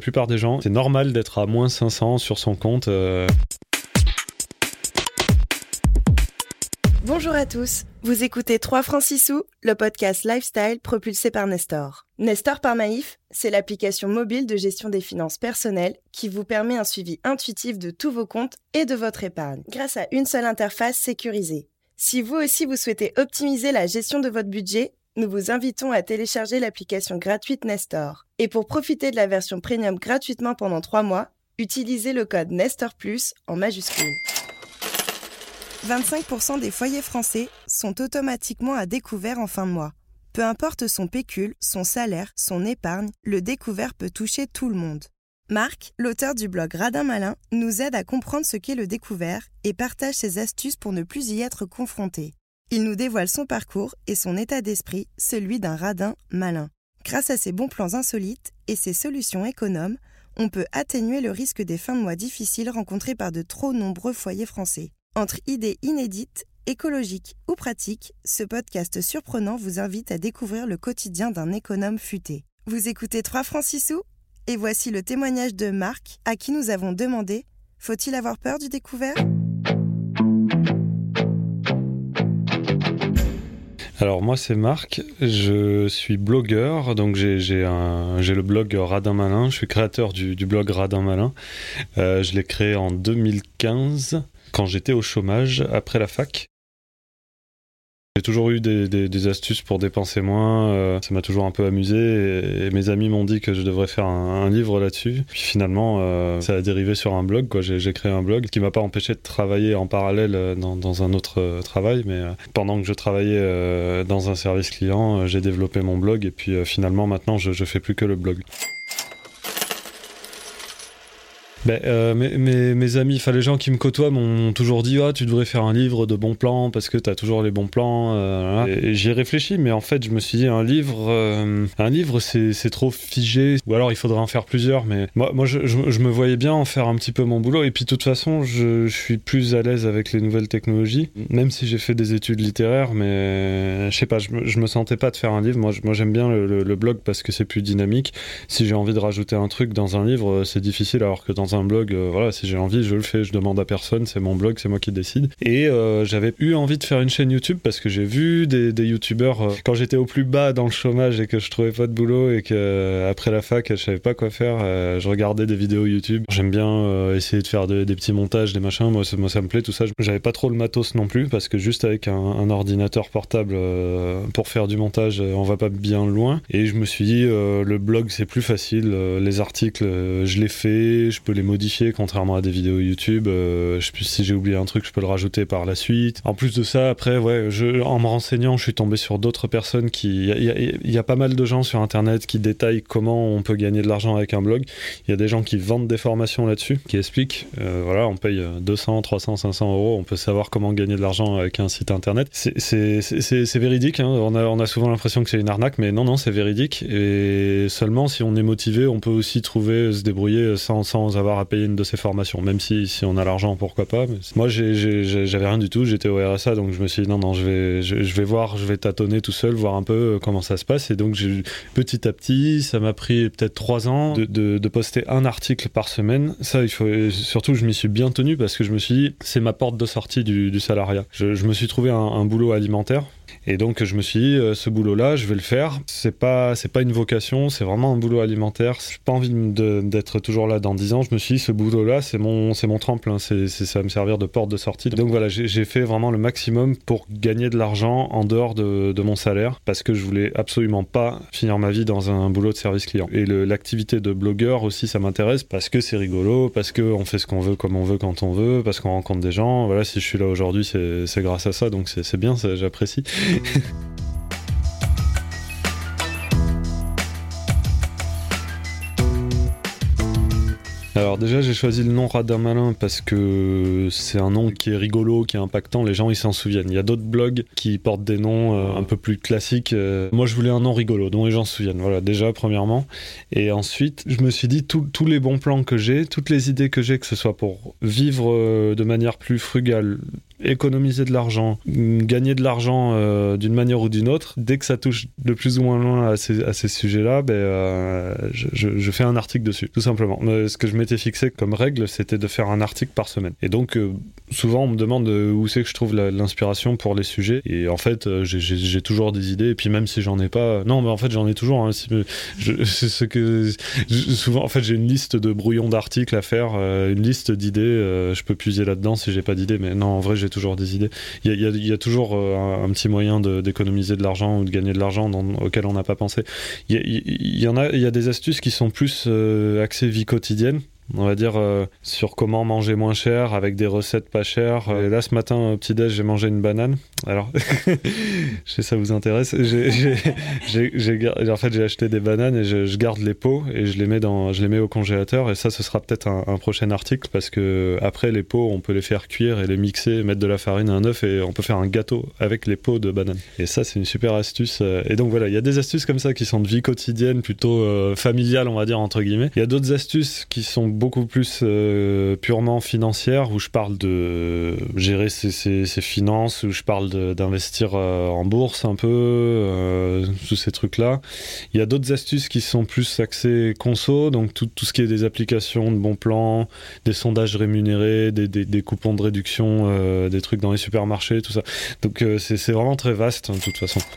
plupart des gens, c'est normal d'être à moins 500 sur son compte. Bonjour à tous, vous écoutez 3 francs 6 sous, le podcast lifestyle propulsé par Nestor. Nestor par Maïf, c'est l'application mobile de gestion des finances personnelles qui vous permet un suivi intuitif de tous vos comptes et de votre épargne, grâce à une seule interface sécurisée. Si vous aussi vous souhaitez optimiser la gestion de votre budget, nous vous invitons à télécharger l'application gratuite Nestor. Et pour profiter de la version premium gratuitement pendant 3 mois, utilisez le code Nestor+ en majuscule. 25% des foyers français sont automatiquement à découvert en fin de mois. Peu importe son pécule, son salaire, son épargne, le découvert peut toucher tout le monde. Marc, l'auteur du blog Radin Malin, nous aide à comprendre ce qu'est le découvert et partage ses astuces pour ne plus y être confronté. Il nous dévoile son parcours et son état d'esprit, celui d'un radin malin. Grâce à ses bons plans insolites et ses solutions économes, on peut atténuer le risque des fins de mois difficiles rencontrés par de trop nombreux foyers français. Entre idées inédites, écologiques ou pratiques, ce podcast surprenant vous invite à découvrir le quotidien d'un économe futé. Vous écoutez 3 francs 6 sous et voici le témoignage de Marc, à qui nous avons demandé « Faut-il avoir peur du découvert ?» Alors moi c'est Marc, je suis blogueur, donc j'ai le blog Radin Malin, je suis créateur du blog Radin Malin. Je l'ai créé en 2015. Quand j'étais au chômage, après la fac. J'ai toujours eu des astuces pour dépenser moins, ça m'a toujours un peu amusé et mes amis m'ont dit que je devrais faire un livre là-dessus. Puis finalement, ça a dérivé sur un blog, quoi. J'ai créé un blog, ce qui m'a pas empêché de travailler en parallèle dans un autre travail, mais pendant que je travaillais dans un service client, j'ai développé mon blog et puis finalement maintenant je fais plus que le blog. Mes amis, les gens qui me côtoient m'ont toujours dit tu devrais faire un livre de bons plans parce que t'as toujours les bons plans. Et j'y ai réfléchi, mais en fait je me suis dit un livre c'est trop figé, ou alors il faudrait en faire plusieurs. Mais moi je me voyais bien en faire un petit peu mon boulot. Et puis de toute façon je suis plus à l'aise avec les nouvelles technologies, même si j'ai fait des études littéraires, mais je sais pas, je me sentais pas de faire un livre. Moi j'aime bien le blog parce que c'est plus dynamique. Si j'ai envie de rajouter un truc dans un livre, c'est difficile, alors que dans un blog, si j'ai envie, je le fais, je demande à personne, c'est mon blog, c'est moi qui décide. Et j'avais eu envie de faire une chaîne YouTube parce que j'ai vu des youtubeurs quand j'étais au plus bas dans le chômage et que je trouvais pas de boulot et que après la fac je savais pas quoi faire, je regardais des vidéos YouTube. J'aime bien essayer de faire des petits montages, des machins, moi ça me plaît tout ça. J'avais pas trop le matos non plus parce que juste avec un ordinateur portable pour faire du montage, on va pas bien loin. Et je me suis dit le blog c'est plus facile, les articles je les fais, je peux les modifier contrairement à des vidéos YouTube. Si j'ai oublié un truc, je peux le rajouter par la suite. En plus de ça, après, en me renseignant, je suis tombé sur d'autres personnes il y a pas mal de gens sur Internet qui détaillent comment on peut gagner de l'argent avec un blog. Il y a des gens qui vendent des formations là-dessus, qui expliquent, on paye 200, 300, 500 euros, on peut savoir comment gagner de l'argent avec un site Internet. C'est véridique, hein. On a souvent l'impression que c'est une arnaque, mais non, c'est véridique. Et seulement si on est motivé, on peut aussi se débrouiller sans avoir à payer une de ces formations, même si on a l'argent, pourquoi pas. Mais moi j'avais rien du tout, j'étais au RSA, donc je me suis dit non, je vais tâtonner tout seul, voir un peu comment ça se passe. Et donc petit à petit, ça m'a pris peut-être 3 ans de poster un article par semaine. Ça, surtout je m'y suis bien tenu parce que je me suis dit c'est ma porte de sortie du salariat. Je me suis trouvé un boulot alimentaire. Et donc je me suis dit ce boulot-là, je vais le faire. C'est pas une vocation, c'est vraiment un boulot alimentaire. J'ai pas envie d'être toujours là dans 10 ans. Je me suis dit ce boulot-là, c'est mon tremplin, ça va me servir de porte de sortie. Donc voilà, j'ai fait vraiment le maximum pour gagner de l'argent en dehors de mon salaire, parce que je voulais absolument pas finir ma vie dans un boulot de service client. Et l'activité de blogueur aussi, ça m'intéresse parce que c'est rigolo, parce qu'on fait ce qu'on veut, comme on veut, quand on veut, parce qu'on rencontre des gens. Voilà, si je suis là aujourd'hui, c'est grâce à ça, donc c'est bien, j'apprécie. Alors déjà j'ai choisi le nom Radin Malin parce que c'est un nom qui est rigolo, qui est impactant, les gens ils s'en souviennent. Il y a d'autres blogs qui portent des noms un peu plus classiques. Moi je voulais un nom rigolo dont les gens se souviennent, voilà, déjà premièrement. Et ensuite je me suis dit tous les bons plans que j'ai, toutes les idées que j'ai, que ce soit pour vivre de manière plus frugale, économiser de l'argent, gagner de l'argent d'une manière ou d'une autre, dès que ça touche de plus ou moins loin à ces sujets-là, je fais un article dessus, tout simplement. Ce que je m'étais fixé comme règle, c'était de faire un article par semaine. Et donc, souvent, on me demande où c'est que je trouve l'inspiration pour les sujets. Et en fait, j'ai toujours des idées. Et puis même si j'en ai pas... Non, mais en fait, j'en ai toujours. Hein, souvent, en fait, j'ai une liste de brouillons d'articles à faire, une liste d'idées. Je peux puiser là-dedans si j'ai pas d'idées. Mais non, en vrai, j'ai toujours des idées. Il y a toujours un petit moyen d'économiser de l'argent ou de gagner de l'argent auquel on n'a pas pensé. Il y a des astuces qui sont plus axées vie quotidienne. On va dire sur comment manger moins cher avec des recettes pas chères. Et là, ce matin, au petit-déj, j'ai mangé une banane. Alors, je sais ça vous intéresse. En fait, j'ai acheté des bananes et je garde les peaux et je les mets au congélateur. Et ça, ce sera peut-être un prochain article parce que après les peaux, on peut les faire cuire et les mixer, mettre de la farine, un œuf et on peut faire un gâteau avec les peaux de banane. Et ça, c'est une super astuce. Et donc voilà, il y a des astuces comme ça qui sont de vie quotidienne, plutôt familiale, on va dire entre guillemets. Il y a d'autres astuces qui sont beaucoup plus purement financières, où je parle de gérer ses finances, où je parle d'investir en bourse un peu, tous ces trucs-là. Il y a d'autres astuces qui sont plus axées conso, donc tout ce qui est des applications de bons plans, des sondages rémunérés, des coupons de réduction, des trucs dans les supermarchés, tout ça. Donc c'est vraiment très vaste, de toute façon.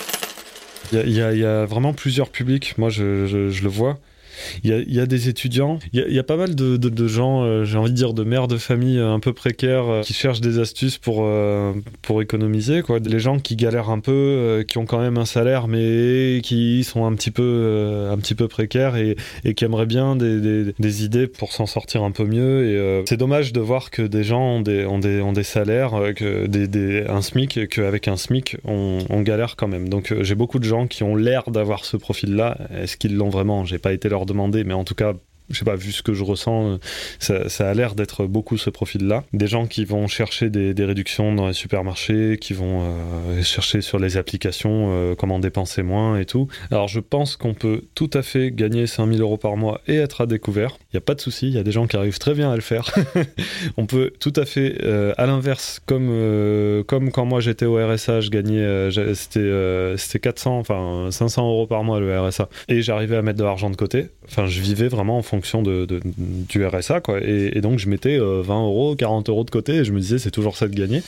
Il y a vraiment plusieurs publics, moi je le vois. Il y a des étudiants, il y a pas mal de gens, j'ai envie de dire de mères de famille un peu précaires qui cherchent des astuces pour économiser, quoi. Les gens qui galèrent un peu, qui ont quand même un salaire mais qui sont un petit peu précaires et qui aimeraient bien des idées pour s'en sortir un peu mieux. Et c'est dommage de voir que des gens ont des salaires, un SMIC, qu'avec un SMIC on galère quand même. Donc j'ai beaucoup de gens qui ont l'air d'avoir ce profil-là. Est-ce qu'ils l'ont vraiment ? J'ai pas été leur demander, mais en tout cas, je sais pas, vu ce que je ressens, ça a l'air d'être beaucoup ce profil-là. Des gens qui vont chercher des réductions dans les supermarchés, qui vont chercher sur les applications comment dépenser moins et tout. Alors je pense qu'on peut tout à fait gagner 5 000 € par mois et être à découvert. Il n'y a pas de souci, il y a des gens qui arrivent très bien à le faire. On peut tout à fait, à l'inverse, comme quand moi j'étais au RSA, je gagnais, c'était 500 € par mois le RSA. Et j'arrivais à mettre de l'argent de côté. Enfin, je vivais vraiment en fonction du RSA, quoi. Et donc je mettais 20 €, 40 € de côté et je me disais c'est toujours ça de gagner.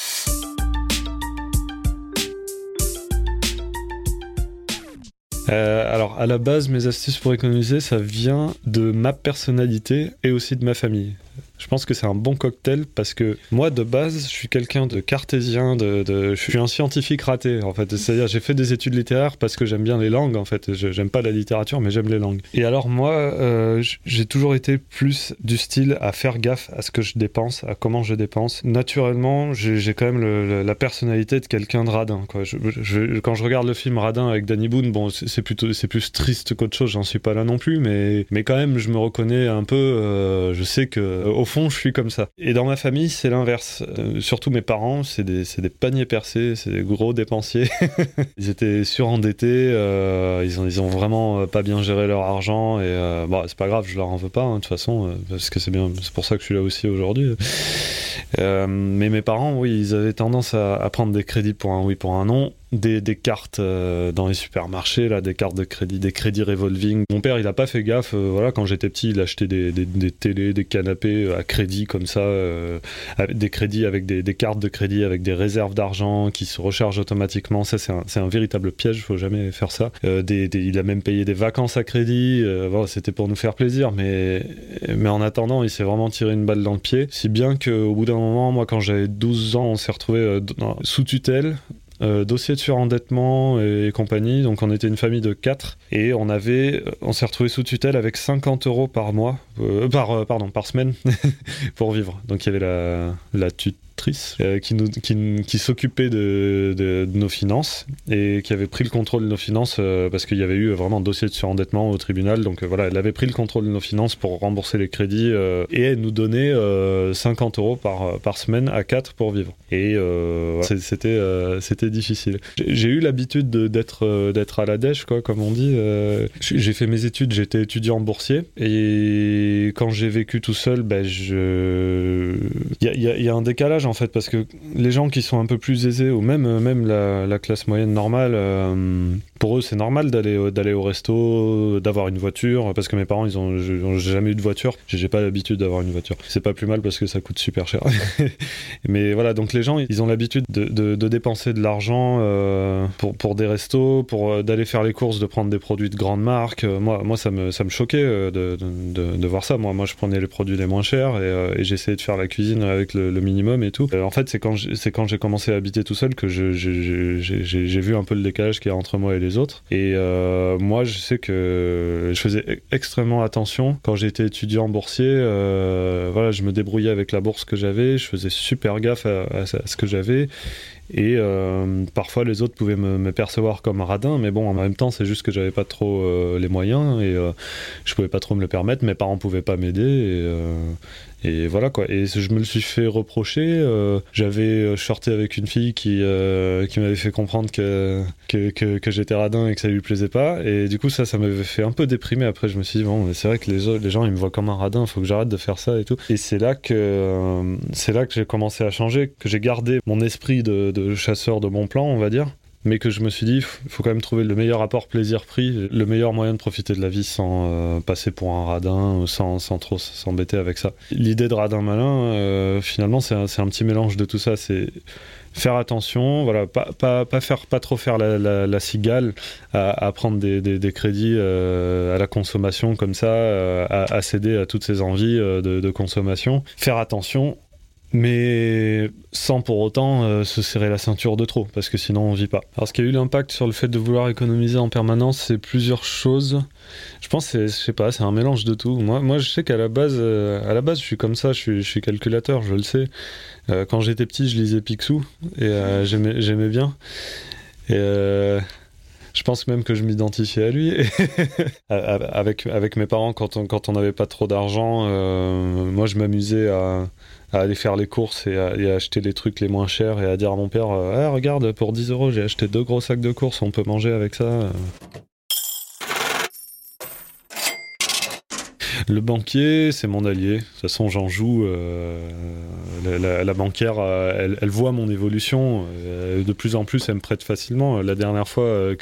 Alors à la base, mes astuces pour économiser, ça vient de ma personnalité et aussi de ma famille. Je pense que c'est un bon cocktail parce que moi de base je suis quelqu'un de cartésien, je suis un scientifique raté en fait, c'est-à-dire j'ai fait des études littéraires parce que j'aime bien les langues en fait, j'aime pas la littérature mais j'aime les langues. Et alors moi j'ai toujours été plus du style à faire gaffe à ce que je dépense, à comment je dépense. Naturellement j'ai quand même la personnalité de quelqu'un de radin, quoi. Quand je regarde le film Radin avec Danny Boone, bon c'est plus triste qu'autre chose, j'en suis pas là non plus, mais quand même je me reconnais un peu, je sais que au fond je suis comme ça. Et dans ma famille c'est l'inverse, surtout mes parents c'est des paniers percés, c'est des gros dépensiers. Ils étaient surendettés, ils ont vraiment pas bien géré leur argent et c'est pas grave, je leur en veux pas de toute façon, parce que c'est pour ça que je suis là aussi aujourd'hui. Mais mes parents, oui, ils avaient tendance à prendre des crédits pour un oui, pour un non. Des cartes dans les supermarchés, là, des cartes de crédit, des crédits revolving. Mon père, il a pas fait gaffe. Voilà, quand j'étais petit, il achetait des télés, des canapés à crédit comme ça, des crédits avec des cartes de crédit avec des réserves d'argent qui se rechargent automatiquement. Ça, c'est un véritable piège. Faut jamais faire ça. Il a même payé des vacances à crédit. C'était pour nous faire plaisir, mais en attendant, il s'est vraiment tiré une balle dans le pied. Si bien qu'au bout d'un moment, moi, quand j'avais 12 ans, on s'est retrouvé sous tutelle. Dossier de surendettement et compagnie, donc on était une famille de 4 et on s'est retrouvé sous tutelle avec 50 € par mois, par semaine pour vivre. Donc il y avait la tutrice qui s'occupait de nos finances et qui avait pris le contrôle de nos finances parce qu'il y avait eu vraiment un dossier de surendettement au tribunal, donc voilà, elle avait pris le contrôle de nos finances pour rembourser les crédits et elle nous donnait 50 € par semaine à 4 pour vivre. Et c'était difficile. J'ai eu l'habitude d'être à la dèche, quoi, comme on dit. J'ai fait mes études, j'étais étudiant boursier et quand j'ai vécu tout seul, il y a un décalage en fait, parce que les gens qui sont un peu plus aisés, ou même la classe moyenne normale, pour eux c'est normal d'aller au resto, d'avoir une voiture, parce que mes parents j'ai jamais eu de voiture, j'ai pas l'habitude d'avoir une voiture. C'est pas plus mal parce que ça coûte super cher. Mais voilà, donc les gens ils ont l'habitude de dépenser de l'argent pour des restos, pour d'aller faire les courses, de prendre des produits de grandes marques. Moi ça me choquait de voir ça. Moi je prenais les produits les moins chers et j'essayais de faire la cuisine avec le minimum et tout. En fait c'est quand j'ai commencé à habiter tout seul que j'ai vu un peu le décalage qu'il y a entre moi et les autres. Et moi je sais que je faisais extrêmement attention quand j'étais étudiant boursier. Voilà, je me débrouillais avec la bourse que j'avais, je faisais super gaffe à ce que j'avais. Et parfois les autres pouvaient me percevoir comme un radin, mais bon, en même temps c'est juste que j'avais pas trop les moyens et je pouvais pas trop me le permettre, mes parents pouvaient pas m'aider et voilà quoi. Et je me le suis fait reprocher. Je sortais avec une fille qui m'avait fait comprendre que j'étais radin et que ça lui plaisait pas, et du coup ça m'avait fait un peu déprimer. Après je me suis dit bon, c'est vrai que les gens ils me voient comme un radin, faut que j'arrête de faire ça et tout. Et c'est là que j'ai commencé à changer, que j'ai gardé mon esprit de chasseur de bon plan, on va dire, mais que je me suis dit, il faut quand même trouver le meilleur rapport plaisir-prix, le meilleur moyen de profiter de la vie sans passer pour un radin, sans trop s'embêter avec ça. L'idée de radin malin, finalement, c'est un petit mélange de tout ça. C'est faire attention, voilà, pas trop faire la cigale à prendre des crédits à la consommation comme ça, à céder à toutes ces envies de consommation. Faire attention, mais sans pour autant se serrer la ceinture de trop, parce que sinon on vit pas. Alors ce qui a eu l'impact sur le fait de vouloir économiser en permanence, c'est plusieurs choses. Je pense que c'est un mélange de tout. Moi je sais qu'à la base je suis comme ça, je suis calculateur, je le sais. Quand j'étais petit, je lisais Picsou et j'aimais bien. Et je pense même que je m'identifiais à lui. Avec mes parents, quand on n'avait pas trop d'argent, moi je m'amusais à aller faire les courses et à acheter les trucs les moins chers et à dire à mon père regarde, pour 10 €, j'ai acheté 2 gros sacs de courses, on peut manger avec ça. Le banquier, c'est mon allié. De toute façon, j'en joue. La banquière, elle voit mon évolution. De plus en plus, elle me prête facilement. La dernière fois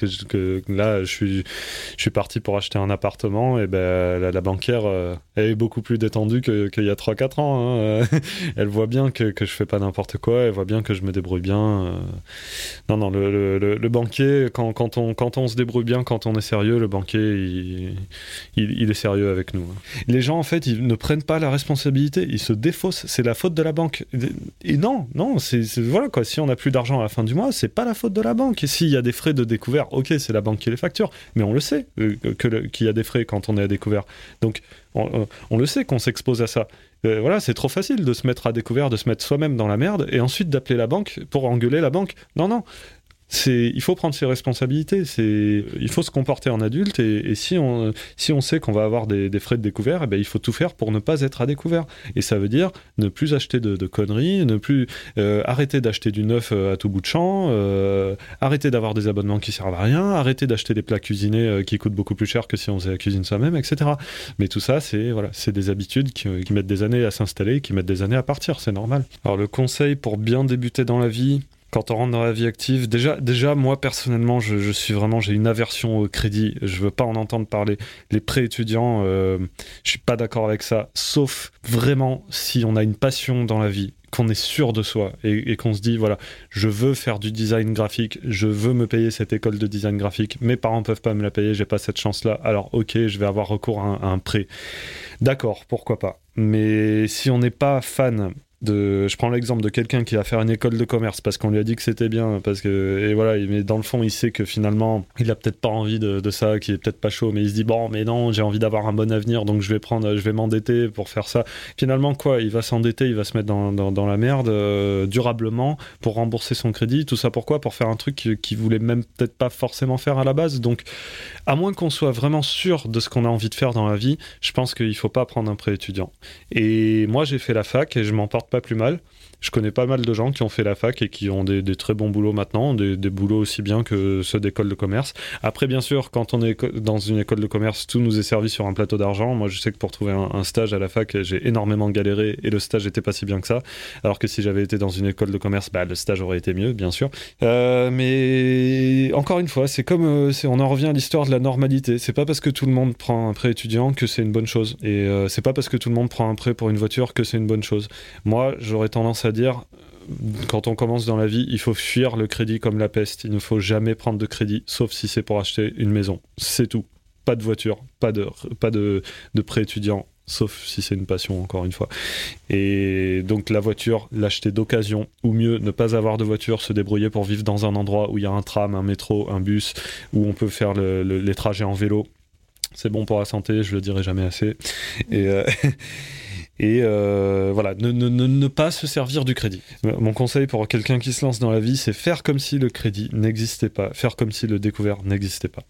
je suis parti pour acheter un appartement, et la banquière, elle est beaucoup plus détendue qu'il y a 3-4 ans. Hein. Elle voit bien que je fais pas n'importe quoi. Elle voit bien que je me débrouille bien. Non, le banquier, quand on se débrouille bien, quand on est sérieux, le banquier, il est sérieux avec nous. Les gens, en fait, ils ne prennent pas la responsabilité, ils se défaussent, c'est la faute de la banque. Et non, voilà quoi, si on n'a plus d'argent à la fin du mois, c'est pas la faute de la banque. Et s'il y a des frais de découvert, ok, c'est la banque qui les facture, mais on le sait qu'il y a des frais quand on est à découvert. Donc, on le sait qu'on s'expose à ça. Voilà, c'est trop facile de se mettre à découvert, de se mettre soi-même dans la merde, et ensuite d'appeler la banque pour engueuler la banque. Non. Il faut prendre ses responsabilités, il faut se comporter en adulte, et si on sait qu'on va avoir des frais de découvert, il faut tout faire pour ne pas être à découvert. Et ça veut dire ne plus acheter de conneries, ne plus arrêter d'acheter du neuf à tout bout de champ, arrêter d'avoir des abonnements qui servent à rien, arrêter d'acheter des plats cuisinés qui coûtent beaucoup plus cher que si on faisait la cuisine soi-même, etc. Mais tout ça, c'est des habitudes qui mettent des années à s'installer, qui mettent des années à partir, c'est normal. Alors le conseil pour bien débuter dans la vie, quand on rentre dans la vie active, déjà moi personnellement, j'ai une aversion au crédit. Je veux pas en entendre parler. Les prêts étudiants, je suis pas d'accord avec ça. Sauf vraiment si on a une passion dans la vie, qu'on est sûr de soi et qu'on se dit voilà, je veux faire du design graphique, je veux me payer cette école de design graphique. Mes parents peuvent pas me la payer, j'ai pas cette chance-là. Alors ok, je vais avoir recours à un prêt. D'accord, pourquoi pas. Mais si on n'est pas fan je prends l'exemple de quelqu'un qui va faire une école de commerce parce qu'on lui a dit que c'était bien, et voilà, mais dans le fond il sait que finalement il a peut-être pas envie de ça, qu'il est peut-être pas chaud, mais il se dit bon, mais non, j'ai envie d'avoir un bon avenir, donc je vais m'endetter pour faire ça. Finalement quoi, il va s'endetter, il va se mettre dans la merde durablement pour rembourser son crédit. Tout ça pourquoi? Pour faire un truc qu'il voulait même peut-être pas forcément faire à la base. Donc à moins qu'on soit vraiment sûr de ce qu'on a envie de faire dans la vie, je pense qu'il faut pas prendre un prêt étudiant. Et moi j'ai fait la fac et je m'en porte pas plus mal. Je connais pas mal de gens qui ont fait la fac et qui ont des très bons boulots maintenant, des boulots aussi bien que ceux d'école de commerce. Après, bien sûr, quand on est dans une école de commerce, tout nous est servi sur un plateau d'argent. Moi, je sais que pour trouver un stage à la fac, j'ai énormément galéré et le stage n'était pas si bien que ça. Alors que si j'avais été dans une école de commerce, le stage aurait été mieux, bien sûr. Mais encore une fois, c'est comme on en revient à l'histoire de la normalité. C'est pas parce que tout le monde prend un prêt étudiant que c'est une bonne chose. Et c'est pas parce que tout le monde prend un prêt pour une voiture que c'est une bonne chose. Moi, j'aurais tendance à dire, quand on commence dans la vie, il faut fuir le crédit comme la peste. Il ne faut jamais prendre de crédit, sauf si c'est pour acheter une maison. C'est tout. Pas de voiture, pas de prêt étudiant, sauf si c'est une passion, encore une fois. Et donc la voiture, l'acheter d'occasion, ou mieux, ne pas avoir de voiture, se débrouiller pour vivre dans un endroit où il y a un tram, un métro, un bus, où on peut faire les trajets en vélo. C'est bon pour la santé, je le dirai jamais assez. Et voilà, ne pas se servir du crédit. Mon conseil pour quelqu'un qui se lance dans la vie, c'est faire comme si le crédit n'existait pas, faire comme si le découvert n'existait pas.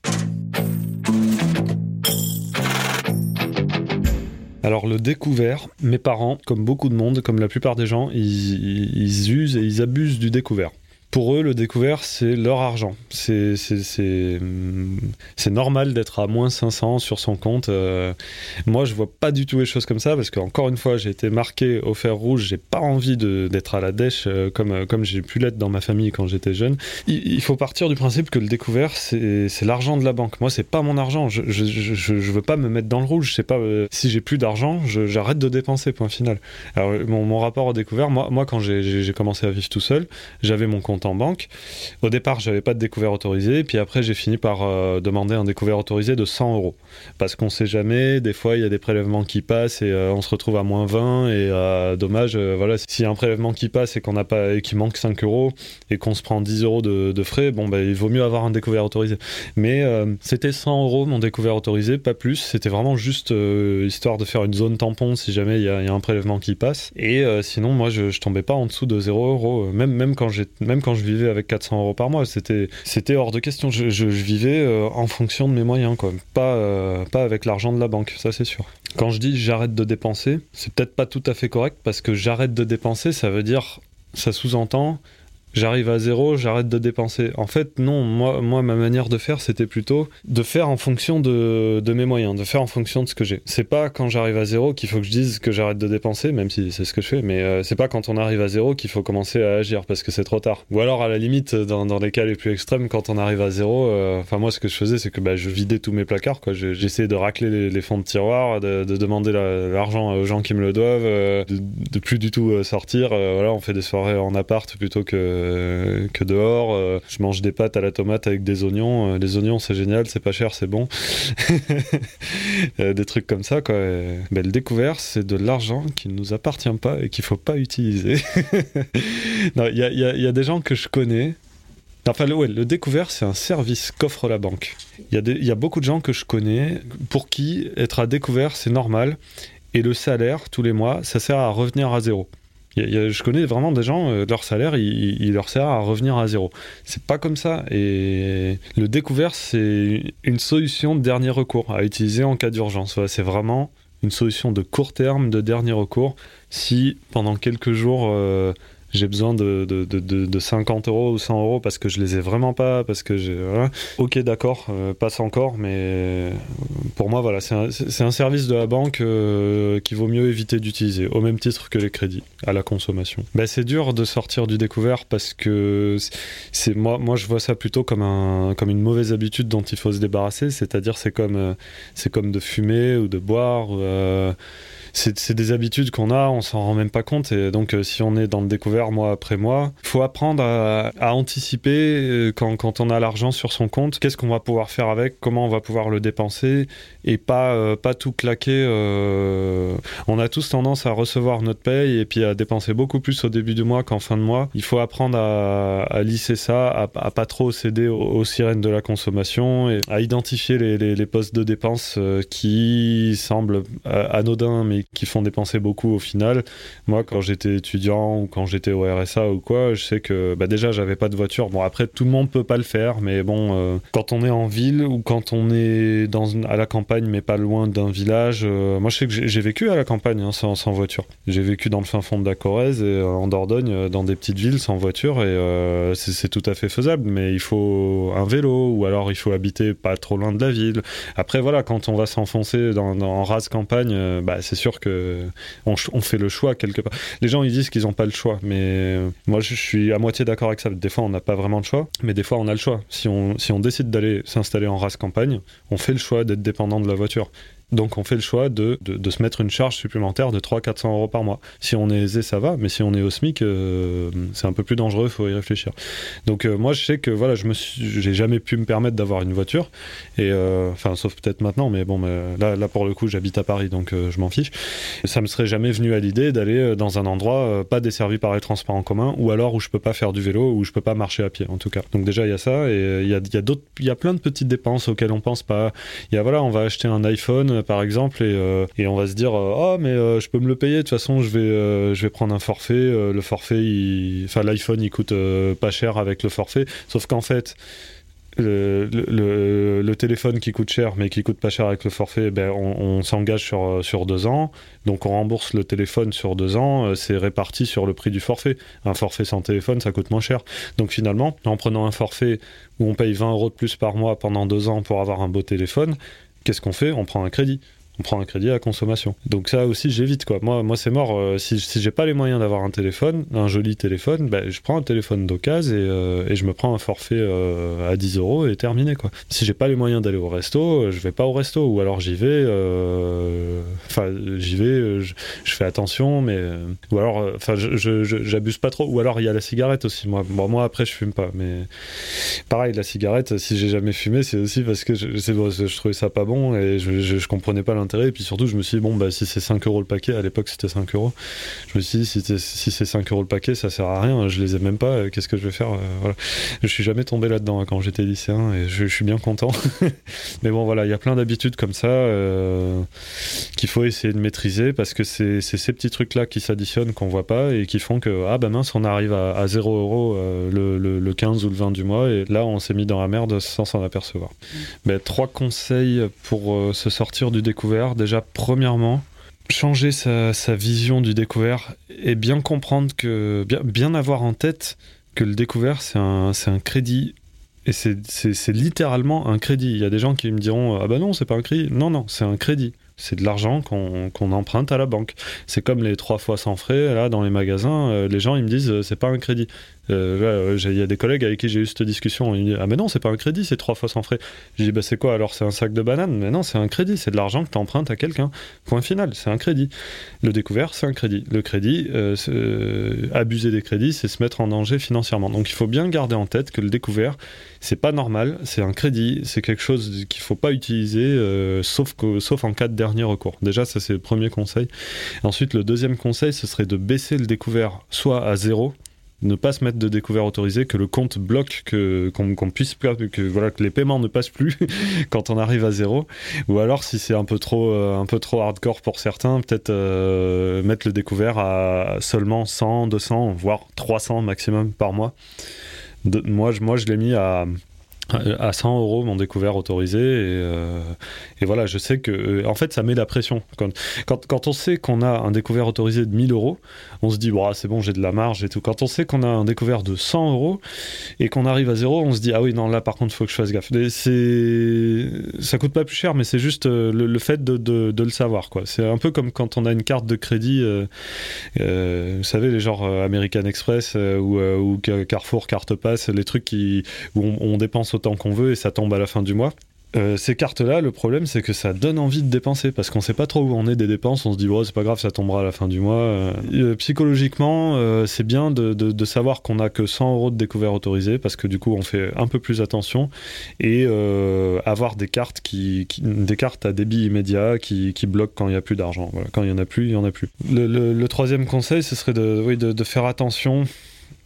Alors le découvert, mes parents, comme beaucoup de monde, comme la plupart des gens, ils usent et ils abusent du découvert. Pour eux, le découvert, c'est leur argent. C'est normal d'être à moins 500 sur son compte. Moi, je vois pas du tout les choses comme ça, parce qu'encore une fois, j'ai été marqué au fer rouge. J'ai pas envie d'être à la dèche comme j'ai pu l'être dans ma famille quand j'étais jeune. Il faut partir du principe que le découvert, c'est l'argent de la banque. Moi, c'est pas mon argent. Je veux pas me mettre dans le rouge. C'est pas si j'ai plus d'argent, j'arrête de dépenser. Point final. Alors, mon rapport au découvert, moi, quand j'ai commencé à vivre tout seul, j'avais mon compte en banque. Au départ, j'avais pas de découvert autorisé, puis après, j'ai fini par demander un découvert autorisé de 100 €. Parce qu'on sait jamais, des fois, il y a des prélèvements qui passent et on se retrouve à moins 20 et dommage, voilà, s'il y a un prélèvement qui passe et qu'il manque 5 € et qu'on se prend 10 € de frais, il vaut mieux avoir un découvert autorisé. Mais c'était 100 € mon découvert autorisé, pas plus. C'était vraiment juste histoire de faire une zone tampon si jamais il y a un prélèvement qui passe. Et sinon, moi, je tombais pas en dessous de 0 €. Même quand je vivais avec 400 € par mois, c'était hors de question. Je vivais en fonction de mes moyens, quoi. Pas avec l'argent de la banque, ça c'est sûr. Quand je dis j'arrête de dépenser, c'est peut-être pas tout à fait correct, parce que j'arrête de dépenser, ça sous-entend j'arrive à 0, j'arrête de dépenser. En fait, non, moi ma manière de faire, c'était plutôt de faire en fonction de mes moyens, de faire en fonction de ce que j'ai. C'est pas quand j'arrive à 0 qu'il faut que je dise que j'arrête de dépenser, même si c'est ce que je fais, mais c'est pas quand on arrive à 0 qu'il faut commencer à agir, parce que c'est trop tard. Ou alors, à la limite, dans les cas les plus extrêmes, quand on arrive à 0, moi, ce que je faisais, c'est que je vidais tous mes placards, quoi. J'essayais de racler les fonds de tiroir, de demander l'argent aux gens qui me le doivent, de plus du tout sortir. Voilà, on fait des soirées en appart plutôt que dehors. Je mange des pâtes à la tomate avec des oignons. Les oignons, c'est génial, c'est pas cher, c'est bon. Des trucs comme ça, quoi. Le découvert, c'est de l'argent qui ne nous appartient pas et qu'il faut pas utiliser. Il y a des gens que je connais. Enfin, le découvert, c'est un service qu'offre la banque. Il y a beaucoup de gens que je connais pour qui être à découvert, c'est normal. Et le salaire, tous les mois, ça sert à revenir à 0. Je connais vraiment des gens, leur salaire, il leur sert à revenir à 0. C'est pas comme ça. Et le découvert, c'est une solution de dernier recours à utiliser en cas d'urgence. Voilà, c'est vraiment une solution de court terme, de dernier recours. Si pendant quelques jours, j'ai besoin de 50 € ou 100 € parce que je les ai vraiment pas, parce que j'ai... Voilà. Ok, d'accord, passe encore, mais pour moi, voilà, c'est un service de la banque qu'il vaut mieux éviter d'utiliser, au même titre que les crédits à la consommation. C'est dur de sortir du découvert parce que moi, je vois ça plutôt comme une mauvaise habitude dont il faut se débarrasser, c'est-à-dire c'est comme de fumer ou de boire, c'est des habitudes qu'on a, on s'en rend même pas compte, et donc si on est dans le découvert mois après mois, il faut apprendre à anticiper quand on a l'argent sur son compte, qu'est-ce qu'on va pouvoir faire avec, comment on va pouvoir le dépenser, et pas tout claquer. On a tous tendance à recevoir notre paye et puis à dépenser beaucoup plus au début du mois qu'en fin de mois. Il faut apprendre à lisser ça, à pas trop céder aux sirènes de la consommation, et à identifier les postes de dépenses qui semblent anodins mais qui font dépenser beaucoup au final. Moi, quand j'étais étudiant ou quand j'étais j'étais au RSA ou quoi, je sais que déjà j'avais pas de voiture. Bon, après tout le monde peut pas le faire, mais bon, quand on est en ville ou quand on est à la campagne mais pas loin d'un village, moi je sais que j'ai vécu à la campagne sans voiture. J'ai vécu dans le fin fond de la Corrèze et en Dordogne, dans des petites villes sans voiture, et c'est tout à fait faisable, mais il faut un vélo ou alors il faut habiter pas trop loin de la ville. Après voilà, quand on va s'enfoncer en rase campagne, c'est sûr que on fait le choix quelque part. Les gens ils disent qu'ils n'ont pas le choix, mais moi je suis à moitié d'accord avec ça. Des fois on n'a pas vraiment le choix, mais des fois on a le choix. Si on décide d'aller s'installer en race campagne, on fait le choix d'être dépendant de la voiture. Donc on fait le choix de se mettre une charge supplémentaire de 300-400 euros par mois. Si on est aisé, ça va, mais si on est au SMIC, c'est un peu plus dangereux, il faut y réfléchir. Donc moi je sais que voilà, j'ai jamais pu me permettre d'avoir une voiture, et sauf peut-être maintenant, mais bon, là pour le coup j'habite à Paris, donc je m'en fiche. Ça me serait jamais venu à l'idée d'aller dans un endroit pas desservi par les transports en commun, ou alors où je peux pas faire du vélo, ou je peux pas marcher à pied en tout cas. Donc déjà il y a ça, et il y a plein de petites dépenses auxquelles on pense pas. Il y a voilà, on va acheter un iPhone par exemple, et on va se dire je peux me le payer, de toute façon je vais prendre un forfait, le forfait l'iPhone il coûte pas cher avec le forfait, sauf qu'en fait le téléphone qui coûte cher mais qui coûte pas cher avec le forfait, on s'engage sur 2 ans, donc on rembourse le téléphone sur 2 ans, c'est réparti sur le prix du forfait. Un forfait sans téléphone ça coûte moins cher, donc finalement en prenant un forfait où on paye 20 euros de plus par mois pendant 2 ans pour avoir un beau téléphone, qu'est-ce qu'on fait? On prend un crédit. On prend un crédit à consommation. Donc ça aussi, j'évite, quoi. Moi c'est mort. Si j'ai pas les moyens d'avoir un joli téléphone, je prends un téléphone d'occasion et je me prends un forfait à 10 euros et terminé, quoi. Si j'ai pas les moyens d'aller au resto, je vais pas au resto. Ou alors j'y vais, je fais attention, mais... ou alors, j'abuse pas trop. Ou alors il y a la cigarette aussi. Moi après, je fume pas. Mais pareil, la cigarette, si j'ai jamais fumé, c'est aussi parce que je trouvais ça pas bon et je comprenais pas l'intérêt, et puis surtout je me suis dit si c'est 5 euros le paquet, à l'époque c'était 5 euros, je me suis dit si c'est 5 euros le paquet ça sert à rien, je les ai même pas, qu'est-ce que je vais faire, voilà. Je suis jamais tombé là-dedans quand j'étais lycéen, et je suis bien content. Mais bon voilà, il y a plein d'habitudes comme ça qu'il faut essayer de maîtriser, parce que c'est ces petits trucs là qui s'additionnent qu'on voit pas et qui font que mince, on arrive à 0 euros le 15 ou le 20 du mois, et là on s'est mis dans la merde sans s'en apercevoir. 3 conseils pour se sortir du découvert. Déjà, premièrement, changer sa vision du découvert et bien comprendre que, bien avoir en tête que le découvert, c'est un crédit. Et c'est littéralement un crédit. Il y a des gens qui me diront non, c'est pas un crédit. Non, c'est un crédit. C'est de l'argent qu'on emprunte à la banque. C'est comme les 3 fois sans frais, là, dans les magasins. Les gens, ils me disent c'est pas un crédit. Il y a des collègues avec qui j'ai eu cette discussion, ils me disent mais non, c'est pas un crédit, c'est 3 fois sans frais. Je dis c'est quoi alors? C'est un sac de bananes? Mais non, c'est un crédit, c'est de l'argent que tu empruntes à quelqu'un, point final, c'est un crédit. Le découvert, c'est un crédit. Le crédit, abuser des crédits, c'est se mettre en danger financièrement. Donc il faut bien garder en tête que le découvert, c'est pas normal, c'est un crédit, c'est quelque chose qu'il faut pas utiliser sauf en cas de dernier recours. Déjà ça c'est le premier conseil. Ensuite le deuxième conseil, ce serait de baisser le découvert soit à 0, ne pas se mettre de découvert autorisé, que le compte bloque, qu'on puisse que les paiements ne passent plus quand on arrive à 0, ou alors si c'est un peu trop hardcore pour certains, peut-être mettre le découvert à seulement 100, 200, voire 300 maximum par mois. Moi je l'ai mis à 100 euros mon découvert autorisé, et voilà, je sais que en fait ça met la pression quand on sait qu'on a un découvert autorisé de 1000 euros, on se dit c'est bon, j'ai de la marge et tout. Quand on sait qu'on a un découvert de 100 euros et qu'on arrive à 0, on se dit oui non, là par contre faut que je fasse gaffe. Ça coûte pas plus cher, mais c'est juste le fait de le savoir, quoi. C'est un peu comme quand on a une carte de crédit, vous savez, les genres American Express ou Carrefour, Carte Pass, les trucs où on dépense autant qu'on veut et ça tombe à la fin du mois. Ces cartes-là, le problème, c'est que ça donne envie de dépenser parce qu'on sait pas trop où on est des dépenses. On se dit c'est pas grave, ça tombera à la fin du mois. Psychologiquement, c'est bien de savoir qu'on a que 100 euros de découvert autorisé, parce que du coup on fait un peu plus attention, et avoir des cartes des cartes à débit immédiat qui bloquent quand il y a plus d'argent. Voilà, quand il y en a plus, il y en a plus. Le troisième conseil, ce serait de faire attention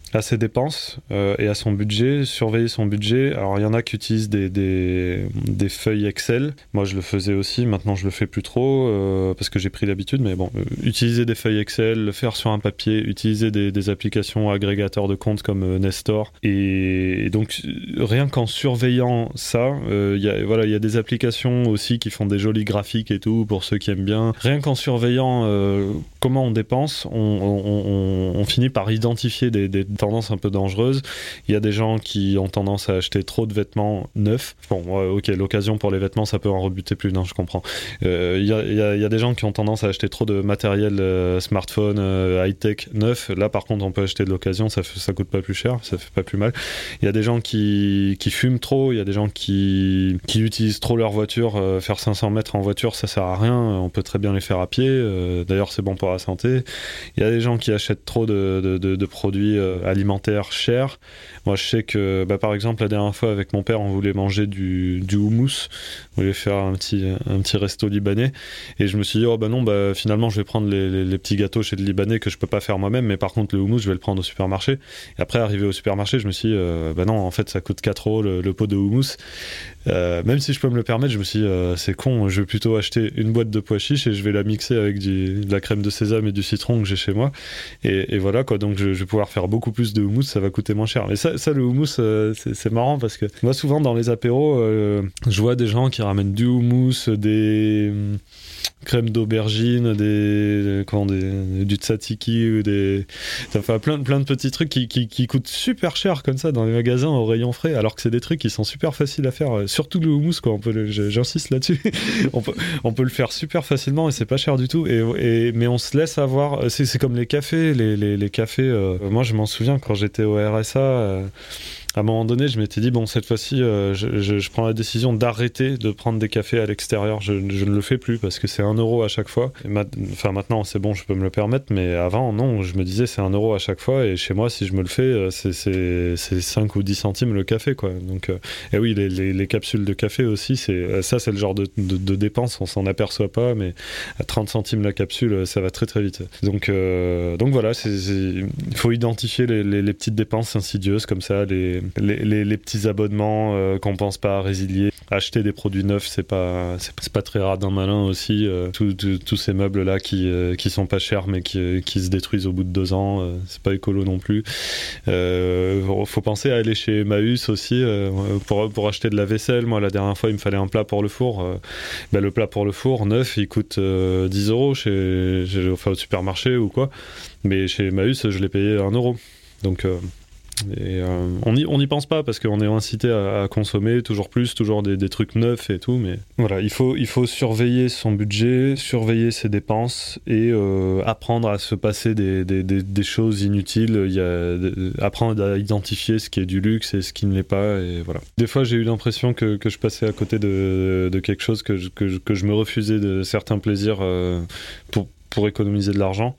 à ses dépenses et à son budget, surveiller son budget. Alors il y en a qui utilisent des feuilles Excel. Moi je le faisais aussi, maintenant je le fais plus trop parce que j'ai pris l'habitude, mais bon, utiliser des feuilles Excel, le faire sur un papier, utiliser des applications agrégateurs de comptes comme Nestor. Et donc rien qu'en surveillant ça, il y a des applications aussi qui font des jolis graphiques et tout pour ceux qui aiment bien. Rien qu'en surveillant comment on dépense, on finit par identifier des tendances un peu dangereuses. Il y a des gens qui ont tendance à acheter trop de vêtements neufs. Bon, ok, l'occasion pour les vêtements, ça peut en rebuter plus d'un, je comprends. Il y a des gens qui ont tendance à acheter trop de matériel smartphone, high-tech neuf. Là, par contre, on peut acheter de l'occasion, ça coûte pas plus cher, ça fait pas plus mal. Il y a des gens qui fument trop, il y a des gens qui utilisent trop leur voiture. Faire 500 mètres en voiture, ça sert à rien. On peut très bien les faire à pied. D'ailleurs, c'est bon pour la santé. Il y a des gens qui achètent trop de produits alimentaires chers. Moi, je sais que, par exemple, la dernière fois avec mon père, on voulait manger du houmous. On voulait faire un petit resto libanais. Et je me suis dit, finalement, je vais prendre les petits gâteaux chez le Libanais que je peux pas faire moi-même. Mais par contre, le houmous, je vais le prendre au supermarché. Et après, arrivé au supermarché, je me suis dit, non, en fait, ça coûte 4 € le pot de houmous. Même si je peux me le permettre, je me suis dit, c'est con, je vais plutôt acheter une boîte de pois chiches et je vais la mixer avec de la crème de sésame et du citron que j'ai chez moi. Et voilà, quoi. Donc, je vais pouvoir faire beaucoup plus de houmous, ça va coûter moins cher. Mais ça le houmous, c'est marrant parce que moi, souvent, dans les apéros, je vois des gens qui ramènent du houmous, des crème d'aubergine, du tzatziki ou ça fait plein de petits trucs qui coûtent super cher comme ça dans les magasins au rayon frais, alors que c'est des trucs qui sont super faciles à faire, surtout le houmous, quoi. J'insiste là-dessus. on peut le faire super facilement et c'est pas cher du tout, mais on se laisse avoir. C'est comme les cafés, les cafés, moi je m'en souviens quand j'étais au RSA, à un moment donné, je m'étais dit, bon, cette fois-ci, je prends la décision d'arrêter de prendre des cafés à l'extérieur. Je ne le fais plus parce que c'est 1 € à chaque fois. Maintenant, c'est bon, je peux me le permettre, mais avant, non, je me disais, c'est 1 € à chaque fois. Et chez moi, si je me le fais, c'est 5 ou 10 centimes le café, quoi. Donc, et oui, les capsules de café aussi, c'est le genre de dépense, on s'en aperçoit pas, mais à 30 centimes la capsule, ça va très très vite. Donc voilà, il faut identifier les petites dépenses insidieuses comme ça, les petits abonnements qu'on pense pas à résilier. Acheter des produits neufs, c'est pas très radin malin aussi. Tous ces meubles là qui sont pas chers mais qui se détruisent au bout de 2 ans, c'est pas écolo non plus. Faut penser à aller chez Emmaüs aussi pour acheter de la vaisselle. Moi, la dernière fois, il me fallait un plat pour le four. Le plat pour le four neuf, il coûte 10 € au supermarché ou quoi. Mais chez Emmaüs, je l'ai payé 1 €. Donc on n'y pense pas parce qu'on est incité à consommer toujours plus, toujours des trucs neufs et tout, mais voilà, il faut surveiller son budget, surveiller ses dépenses et apprendre à se passer des choses inutiles. Apprendre à identifier ce qui est du luxe et ce qui ne l'est pas, et voilà. Des fois, j'ai eu l'impression que je passais à côté de quelque chose, que je me refusais de certains plaisirs pour économiser de l'argent.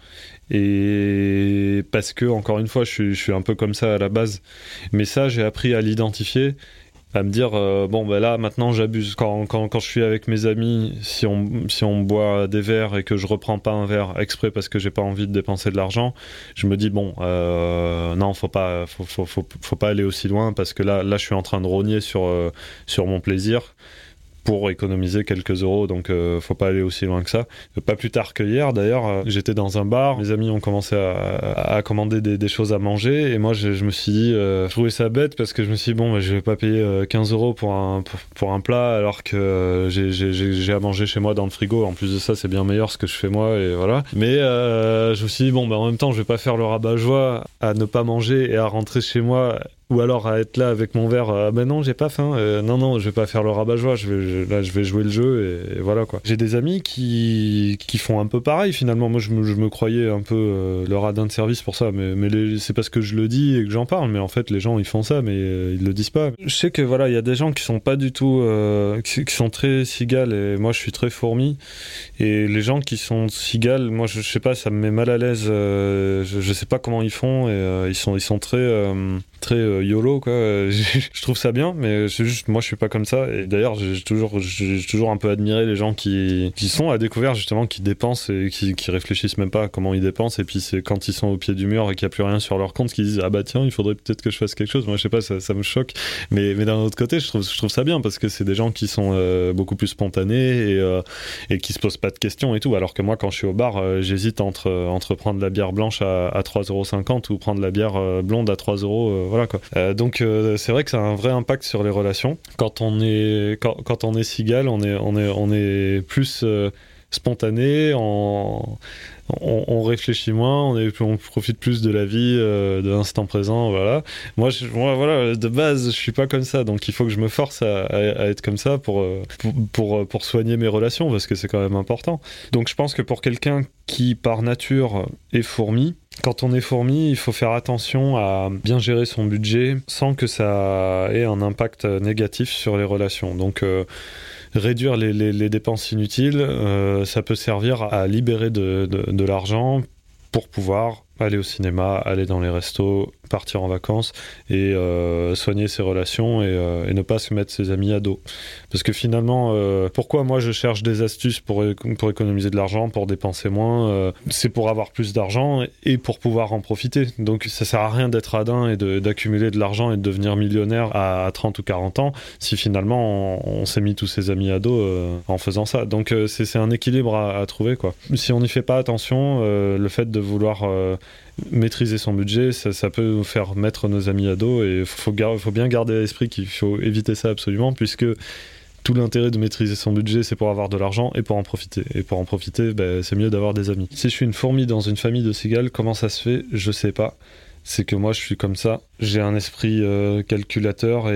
Et parce que, encore une fois, je suis un peu comme ça à la base, mais ça, j'ai appris à l'identifier, à me dire là maintenant j'abuse. Quand je suis avec mes amis, si on boit des verres et que je reprends pas un verre exprès parce que j'ai pas envie de dépenser de l'argent, je me dis non, faut pas aller aussi loin, parce que là je suis en train de rogner sur mon plaisir pour économiser quelques euros, donc faut pas aller aussi loin que ça. Pas plus tard que hier d'ailleurs, j'étais dans un bar, mes amis ont commencé à commander des choses à manger, et moi je me suis dit, je trouvais ça bête parce que je me suis dit je vais pas payer 15 € pour un plat alors que j'ai à manger chez moi dans le frigo. En plus de ça, c'est bien meilleur ce que je fais moi, et voilà. Mais je me suis dit en même temps, je vais pas faire le rabat-joie à ne pas manger et à rentrer chez moi, ou alors à être là avec mon verre, non, j'ai pas faim, non, je vais pas faire le rabat-joie, je vais jouer le jeu, et voilà, quoi. J'ai des amis qui font un peu pareil finalement. Moi je me croyais un peu le radin de service pour ça, mais c'est parce que je le dis et que j'en parle, mais en fait les gens ils font ça, mais ils le disent pas. Je sais que voilà, il y a des gens qui sont pas du tout qui sont très cigales, et moi je suis très fourmi, et les gens qui sont cigales, moi je sais pas, ça me met mal à l'aise, je sais pas comment ils font, et ils sont très très YOLO quoi. Je trouve ça bien, mais c'est juste moi je suis pas comme ça. Et d'ailleurs j'ai toujours un peu admiré les gens qui sont à découvert justement, qui dépensent et qui réfléchissent même pas à comment ils dépensent, et puis c'est quand ils sont au pied du mur et qu'il n'y a plus rien sur leur compte qu'ils disent ah bah tiens il faudrait peut-être que je fasse quelque chose. Moi je sais pas, ça me choque, mais d'un autre côté je trouve ça bien parce que c'est des gens qui sont beaucoup plus spontanés et qui se posent pas de questions et tout, alors que moi quand je suis au bar j'hésite entre prendre la bière blanche à 3,50€ ou prendre la bière blonde à 3€, voilà quoi. Donc c'est vrai que ça a un vrai impact sur les relations. Quand on est cigale, on est plus spontané, on réfléchit moins, on profite plus de la vie, de l'instant présent, voilà. Moi, voilà, de base, je suis pas comme ça, donc il faut que je me force à être comme ça pour soigner mes relations, parce que c'est quand même important. Donc je pense que pour quelqu'un qui, par nature, est fourmi, quand on est fourmi, il faut faire attention à bien gérer son budget sans que ça ait un impact négatif sur les relations. Donc réduire les dépenses inutiles, ça peut servir à libérer de l'argent pour pouvoir aller au cinéma, aller dans les restos, partir en vacances et soigner ses relations et ne pas se mettre ses amis à dos. Parce que finalement, pourquoi moi je cherche des astuces pour économiser de l'argent, pour dépenser moins, c'est pour avoir plus d'argent et pour pouvoir en profiter. Donc ça sert à rien d'être radin et d'accumuler de l'argent et de devenir millionnaire à 30 ou 40 ans si finalement on s'est mis tous ses amis à dos en faisant ça. Donc c'est un équilibre à trouver quoi. Si on n'y fait pas attention, le fait de vouloir maîtriser son budget, ça peut nous faire mettre nos amis à dos, et il faut bien garder à l'esprit qu'il faut éviter ça absolument, puisque tout l'intérêt de maîtriser son budget, c'est pour avoir de l'argent et pour en profiter. Et pour en profiter, c'est mieux d'avoir des amis. Si je suis une fourmi dans une famille de cigales, comment ça se fait ? Je sais pas. C'est que moi, je suis comme ça. J'ai un esprit calculateur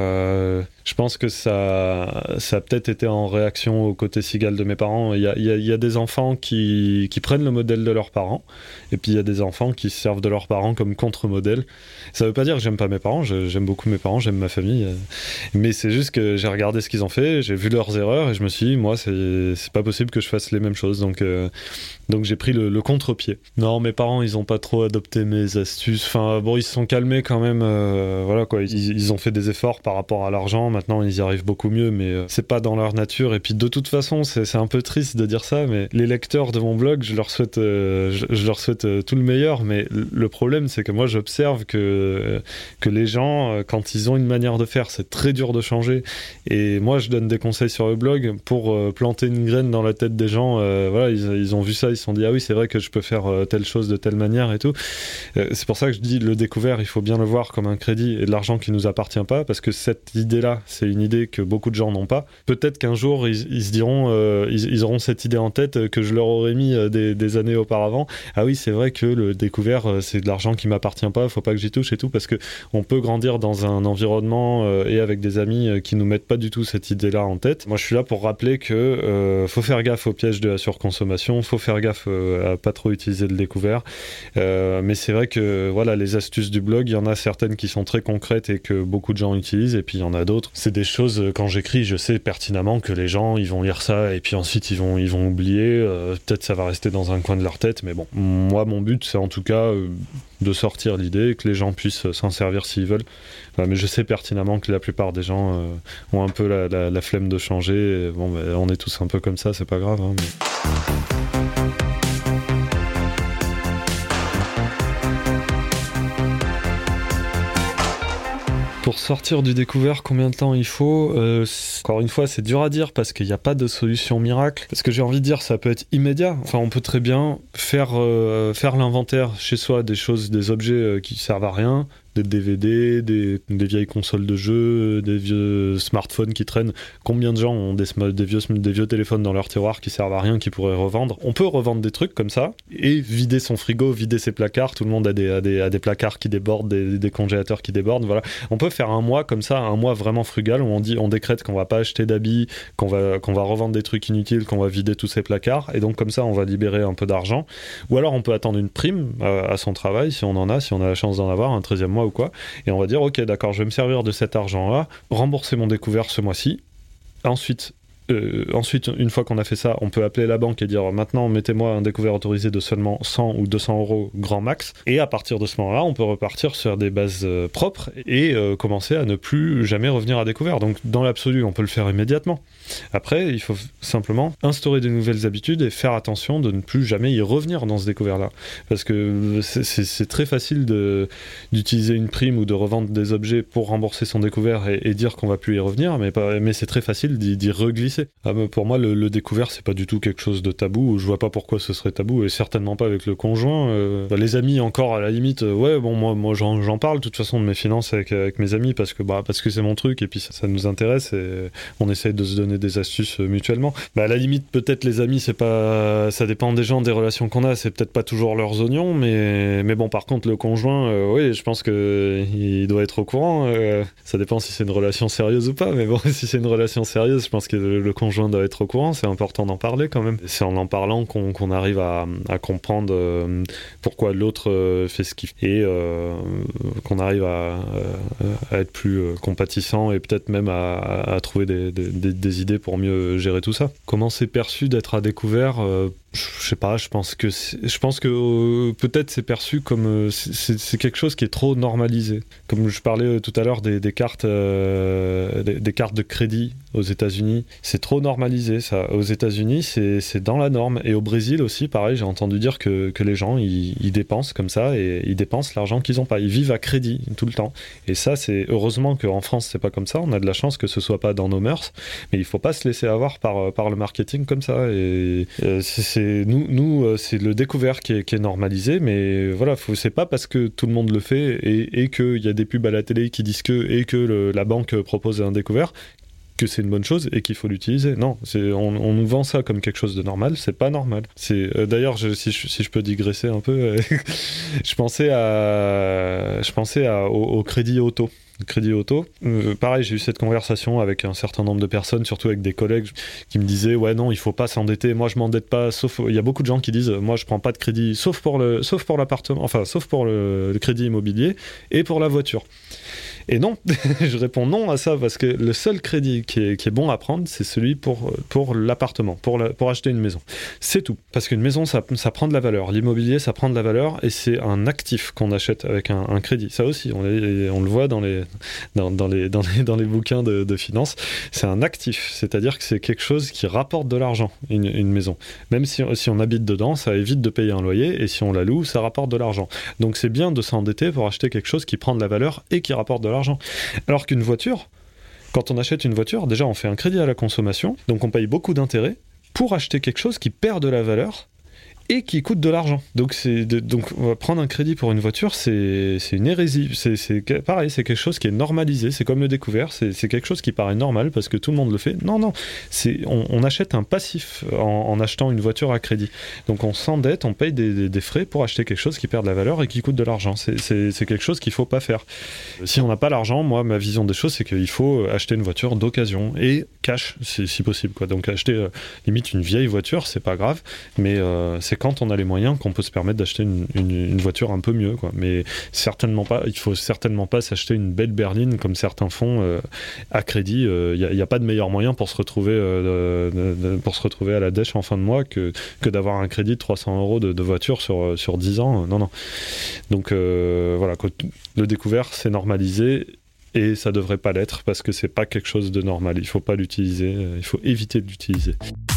et je pense que ça a peut-être été en réaction au côté cigale de mes parents. Il y a des enfants qui prennent le modèle de leurs parents, et puis il y a des enfants qui se servent de leurs parents comme contre-modèle. Ça veut pas dire que j'aime pas mes parents, j'aime beaucoup mes parents, j'aime ma famille, mais c'est juste que j'ai regardé ce qu'ils ont fait, j'ai vu leurs erreurs et je me suis dit, moi, c'est pas possible que je fasse les mêmes choses, donc j'ai pris le contre-pied. Non, mes parents, ils ont pas trop adopté mes astuces. Enfin, bon, ils se sont calmés quand même. Voilà quoi, ils ont fait des efforts par rapport à l'argent. Maintenant, ils y arrivent beaucoup mieux, mais c'est pas dans leur nature. Et puis, de toute façon, c'est un peu triste de dire ça, mais les lecteurs de mon blog, je leur souhaite tout le meilleur. Mais le problème, c'est que moi, j'observe que les gens, quand ils ont une manière de faire, c'est très dur de changer. Et moi, je donne des conseils sur le blog pour planter une graine dans la tête des gens. Voilà, ils ont vu ça, ils se sont dit ah oui, c'est vrai que je peux faire telle chose de telle manière et tout. C'est pour ça que je dis le découvert, il faut bien le voir comme un crédit et de l'argent qui nous appartient pas, parce que cette idée-là, c'est une idée que beaucoup de gens n'ont pas. Peut-être qu'un jour ils se diront, ils auront cette idée en tête que je leur aurais mis des années auparavant. Ah oui, c'est vrai que le découvert, c'est de l'argent qui m'appartient pas, faut pas que j'y touche et tout, parce que on peut grandir dans un environnement et avec des amis qui nous mettent pas du tout cette idée-là en tête. Moi, je suis là pour rappeler que faut faire gaffe au piège de la surconsommation, faut faire gaffe à pas trop utiliser le découvert. Mais c'est vrai que voilà, les astuces du blog, il y en a certaines qui sont très concrètes et que beaucoup de gens utilisent, et puis il y en a d'autres. C'est des choses, quand j'écris, je sais pertinemment que les gens, ils vont lire ça et puis ensuite ils vont oublier. Peut-être ça va rester dans un coin de leur tête, mais bon. Moi, mon but, c'est en tout cas de sortir l'idée, que les gens puissent s'en servir s'ils veulent. Mais je sais pertinemment que la plupart des gens ont un peu la flemme de changer. Bon, on est tous un peu comme ça, c'est pas grave. Hein, mais... Pour sortir du découvert, combien de temps il faut ? Encore une fois, c'est dur à dire parce qu'il n'y a pas de solution miracle. Parce que j'ai envie de dire, ça peut être immédiat. Enfin, on peut très bien faire l'inventaire chez soi des choses, des objets qui servent à rien. Des DVD, des vieilles consoles de jeux, des vieux smartphones qui traînent. Combien de gens ont des vieux téléphones dans leur tiroir qui servent à rien, qui pourraient revendre ? On peut revendre des trucs comme ça et vider son frigo, vider ses placards. Tout le monde a des placards qui débordent, des congélateurs qui débordent. Voilà. On peut faire un mois comme ça, un mois vraiment frugal où on décrète qu'on va pas acheter d'habits, qu'on va revendre des trucs inutiles, qu'on va vider tous ses placards, et donc comme ça on va libérer un peu d'argent. Ou alors on peut attendre une prime à son travail si on en a, si on a la chance d'en avoir, un 13e mois ou quoi, et on va dire ok, d'accord, je vais me servir de cet argent là, rembourser mon découvert ce mois-ci, ensuite Ensuite, une fois qu'on a fait ça, on peut appeler la banque et dire maintenant mettez-moi un découvert autorisé de seulement 100 ou 200 euros grand max. Et à partir de ce moment-là, on peut repartir sur des bases propres et commencer à ne plus jamais revenir à découvert. Donc dans l'absolu, on peut le faire immédiatement. Après, il faut simplement instaurer de nouvelles habitudes et faire attention de ne plus jamais y revenir dans ce découvert-là. Parce que c'est très facile d'utiliser une prime ou de revendre des objets pour rembourser son découvert et dire qu'on va plus y revenir, mais c'est très facile d'y reglisser. Pour moi, le découvert, c'est pas du tout quelque chose de tabou. Je vois pas pourquoi ce serait tabou, et certainement pas avec le conjoint. Les amis, encore à la limite, moi j'en parle de toute façon de mes finances avec mes amis parce que c'est mon truc et puis ça nous intéresse et on essaye de se donner des astuces mutuellement. À la limite, peut-être les amis, c'est pas, ça dépend des gens, des relations qu'on a, c'est peut-être pas toujours leurs oignons, mais bon, par contre, le conjoint, oui, je pense que il doit être au courant. Ça dépend si c'est une relation sérieuse ou pas, mais bon, si c'est une relation sérieuse, je pense que le conjoint doit être au courant. C'est important d'en parler quand même. C'est en parlant qu'on arrive à comprendre pourquoi l'autre fait ce qu'il fait et qu'on arrive à être plus compatissant et peut-être même à trouver des idées pour mieux gérer tout ça. Comment c'est perçu d'être à découvert? Je sais pas, je pense que peut-être c'est perçu comme c'est quelque chose qui est trop normalisé. Comme je parlais tout à l'heure des cartes des cartes de crédit aux États-Unis, c'est trop normalisé ça. Aux États-Unis, c'est dans la norme, et au Brésil aussi, pareil, j'ai entendu dire que les gens ils dépensent comme ça et ils dépensent l'argent qu'ils ont pas. Ils vivent à crédit tout le temps. Et ça, c'est heureusement qu'en France c'est pas comme ça. On a de la chance que ce soit pas dans nos mœurs, mais il faut pas se laisser avoir par le marketing comme ça. Et nous, c'est le découvert qui est normalisé, mais voilà, c'est pas parce que tout le monde le fait et qu'il y a des pubs à la télé qui disent et que la banque propose un découvert que c'est une bonne chose et qu'il faut l'utiliser. Non, on nous vend ça comme quelque chose de normal, c'est pas normal. D'ailleurs, si je peux digresser un peu, je pensais au crédit auto. Crédit auto. Pareil, j'ai eu cette conversation avec un certain nombre de personnes, surtout avec des collègues qui me disaient ouais non, il faut pas s'endetter. Moi je m'endette pas, sauf il y a beaucoup de gens qui disent moi je prends pas de crédit sauf pour l'appartement, enfin sauf pour le crédit immobilier et pour la voiture. Et non, je réponds non à ça parce que le seul crédit qui est bon à prendre, c'est celui pour l'appartement, pour acheter une maison. C'est tout. Parce qu'une maison, ça prend de la valeur. L'immobilier, ça prend de la valeur et c'est un actif qu'on achète avec un crédit. Ça aussi, on le voit dans les bouquins de finance. C'est un actif, c'est-à-dire que c'est quelque chose qui rapporte de l'argent, une maison. Même si on habite dedans, ça évite de payer un loyer et si on la loue, ça rapporte de l'argent. Donc c'est bien de s'endetter pour acheter quelque chose qui prend de la valeur et qui rapporte de l'argent. Alors qu'une voiture, quand on achète une voiture, déjà on fait un crédit à la consommation, donc on paye beaucoup d'intérêts pour acheter quelque chose qui perd de la valeur et qui coûte de l'argent. Donc on va prendre un crédit pour une voiture, c'est une hérésie. C'est pareil, c'est quelque chose qui est normalisé, c'est comme le découvert, c'est quelque chose qui paraît normal parce que tout le monde le fait. Non, on achète un passif en achetant une voiture à crédit. Donc on s'endette, on paye des frais pour acheter quelque chose qui perd de la valeur et qui coûte de l'argent. C'est quelque chose qu'il faut pas faire. Si on n'a pas l'argent, moi ma vision des choses c'est qu'il faut acheter une voiture d'occasion et cash si possible quoi. Donc acheter limite une vieille voiture, c'est pas grave, mais c'est quand on a les moyens qu'on peut se permettre d'acheter une voiture un peu mieux quoi. Mais certainement pas, il faut certainement pas s'acheter une belle berline comme certains font à crédit. Il n'y a pas de meilleur moyen pour se retrouver à la dèche en fin de mois que d'avoir un crédit de 300 euros de voiture sur 10 ans. Non. Donc voilà, le découvert c'est normalisé. Et ça devrait pas l'être parce que c'est pas quelque chose de normal. Il faut pas l'utiliser, il faut éviter de l'utiliser.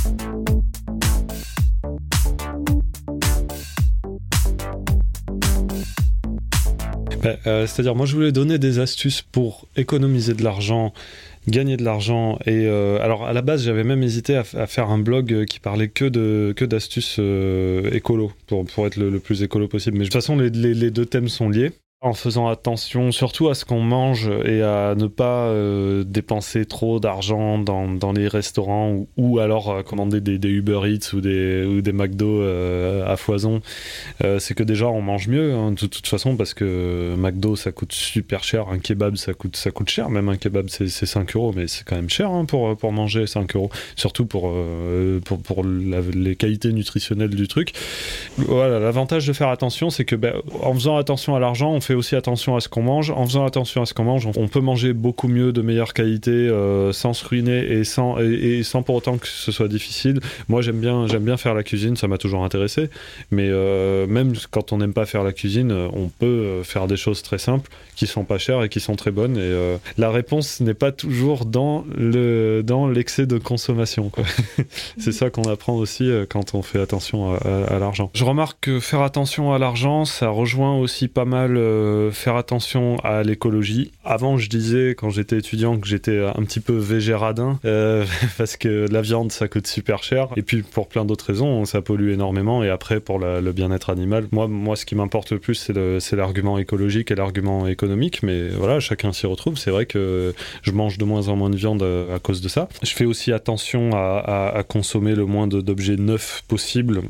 C'est-à-dire, moi je voulais donner des astuces pour économiser de l'argent, gagner de l'argent. Et alors à la base, j'avais même hésité à faire un blog qui parlait que d'astuces écolo pour être le plus écolo possible. Mais de toute façon, les deux thèmes sont liés. En faisant attention surtout à ce qu'on mange et à ne pas dépenser trop d'argent dans les restaurants ou alors commander des Uber Eats ou des McDo à foison. C'est que déjà on mange mieux de toute façon parce que McDo ça coûte super cher, un kebab ça coûte cher, même un kebab c'est 5 euros, mais c'est quand même cher pour manger 5 euros, surtout pour les qualités nutritionnelles du truc. Voilà, l'avantage de faire attention c'est que en faisant attention à l'argent on fait fait aussi attention à ce qu'on mange. En faisant attention à ce qu'on mange, on peut manger beaucoup mieux, de meilleure qualité, sans se ruiner et sans pour autant que ce soit difficile. Moi, j'aime bien faire la cuisine, ça m'a toujours intéressé. Mais même quand on n'aime pas faire la cuisine, on peut faire des choses très simples qui sont pas chères et qui sont très bonnes. Et la réponse n'est pas toujours dans l'excès de consommation, quoi. C'est ça qu'on apprend aussi quand on fait attention à l'argent. Je remarque que faire attention à l'argent, ça rejoint aussi pas mal faire attention à l'écologie. Avant, je disais, quand j'étais étudiant, que j'étais un petit peu végéradin, parce que la viande, ça coûte super cher. Et puis, pour plein d'autres raisons, ça pollue énormément. Et après, pour le bien-être animal, moi, ce qui m'importe le plus, c'est l'argument écologique et l'argument économique. Mais voilà, chacun s'y retrouve. C'est vrai que je mange de moins en moins de viande à cause de ça. Je fais aussi attention à consommer le moins d'objets neufs possible.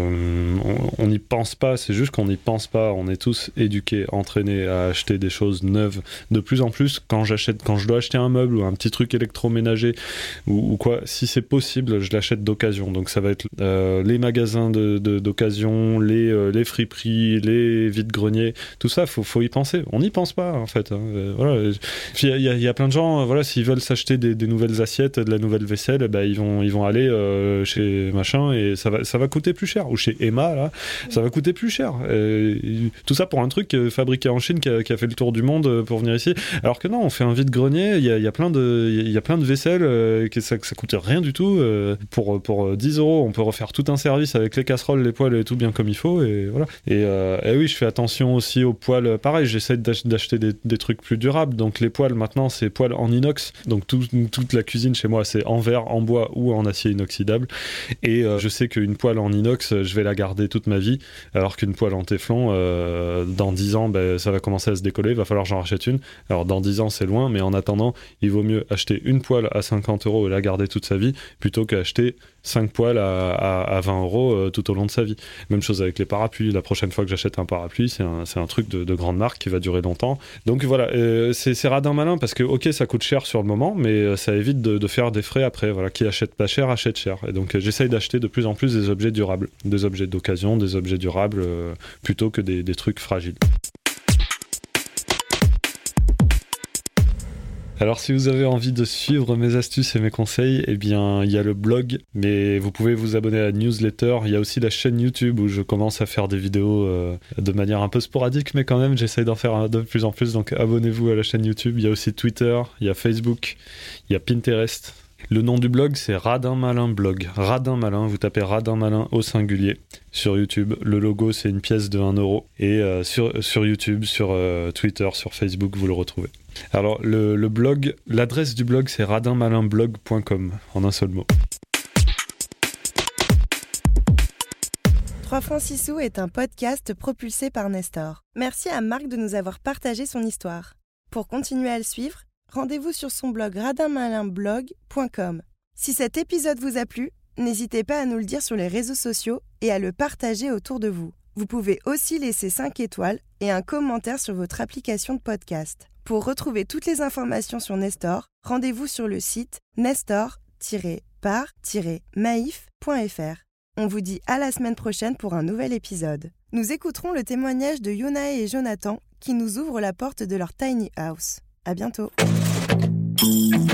On n'y pense pas, c'est juste qu'on n'y pense pas. On est tous éduqués, entraînés à acheter des choses neuves. De plus en plus, quand je dois acheter un meuble ou un petit truc électroménager ou quoi, si c'est possible, je l'achète d'occasion. Donc ça va être les magasins d'occasion, les friperies, les vides-greniers, tout ça, faut y penser. On n'y pense pas, en fait. Voilà. Puis il y a plein de gens, voilà, s'ils veulent s'acheter des nouvelles assiettes, de la nouvelle vaisselle, ils vont aller chez machin et ça va coûter plus cher. Ou chez Emma, là, ça va coûter plus cher. Tout ça pour un truc fabriqué en Chine qui a fait le tour du monde pour venir ici. Alors que non, on fait un vide-grenier, il y a plein de vaisselle que ça coûte rien du tout. Pour 10 €, on peut refaire tout un service avec les casseroles, les poêles et tout bien comme il faut. Et voilà. Et oui, je fais attention aussi aux poêles. Pareil, j'essaie d'acheter des trucs plus durables. Donc les poêles, maintenant, c'est poêles en inox. Donc toute la cuisine chez moi, c'est en verre, en bois ou en acier inoxydable. Et je sais qu'une poêle en inox, je vais la garder toute ma vie. Alors qu'une poêle en téflon, dans 10 ans, ça va commencer à se décoller. Il va falloir que j'en rachète une. Alors dans 10 ans, c'est loin. Mais en attendant, il vaut mieux acheter une poêle à 50 € et la garder toute sa vie plutôt qu'acheter 5 poêles à 20 € tout au long de sa vie. Même chose avec les parapluies. La prochaine fois que j'achète un parapluie, c'est un truc de grande marque qui va durer longtemps. Donc voilà, c'est radin malin parce que ok, ça coûte cher sur le moment, mais ça évite de faire des frais après. Voilà, qui achète pas cher achète cher. Et donc j'essaye d'acheter de plus en plus des objets durables, des objets d'occasion, des objets durables plutôt que des trucs fragiles. Alors si vous avez envie de suivre mes astuces et mes conseils, eh bien il y a le blog, mais vous pouvez vous abonner à la newsletter. Il y a aussi la chaîne YouTube où je commence à faire des vidéos de manière un peu sporadique, mais quand même j'essaye d'en faire de plus en plus, donc abonnez-vous à la chaîne YouTube. Il y a aussi Twitter, il y a Facebook, il y a Pinterest. Le nom du blog, c'est Radin Malin Blog. Radin Malin, vous tapez Radin Malin au singulier sur YouTube. Le logo, c'est une pièce de 1 €. Et sur YouTube, sur Twitter, sur Facebook, vous le retrouvez. Alors, le blog, l'adresse du blog, c'est radinmalinblog.com, en un seul mot. 3 francs 6 sous est un podcast propulsé par Nestor. Merci à Marc de nous avoir partagé son histoire. Pour continuer à le suivre, rendez-vous sur son blog radinmalinblog.com. Si cet épisode vous a plu, n'hésitez pas à nous le dire sur les réseaux sociaux et à le partager autour de vous. Vous pouvez aussi laisser 5 étoiles et un commentaire sur votre application de podcast. Pour retrouver toutes les informations sur Nestor, rendez-vous sur le site nestor-par-maif.fr. On vous dit à la semaine prochaine pour un nouvel épisode. Nous écouterons le témoignage de Yonae et Jonathan qui nous ouvrent la porte de leur tiny house. À bientôt.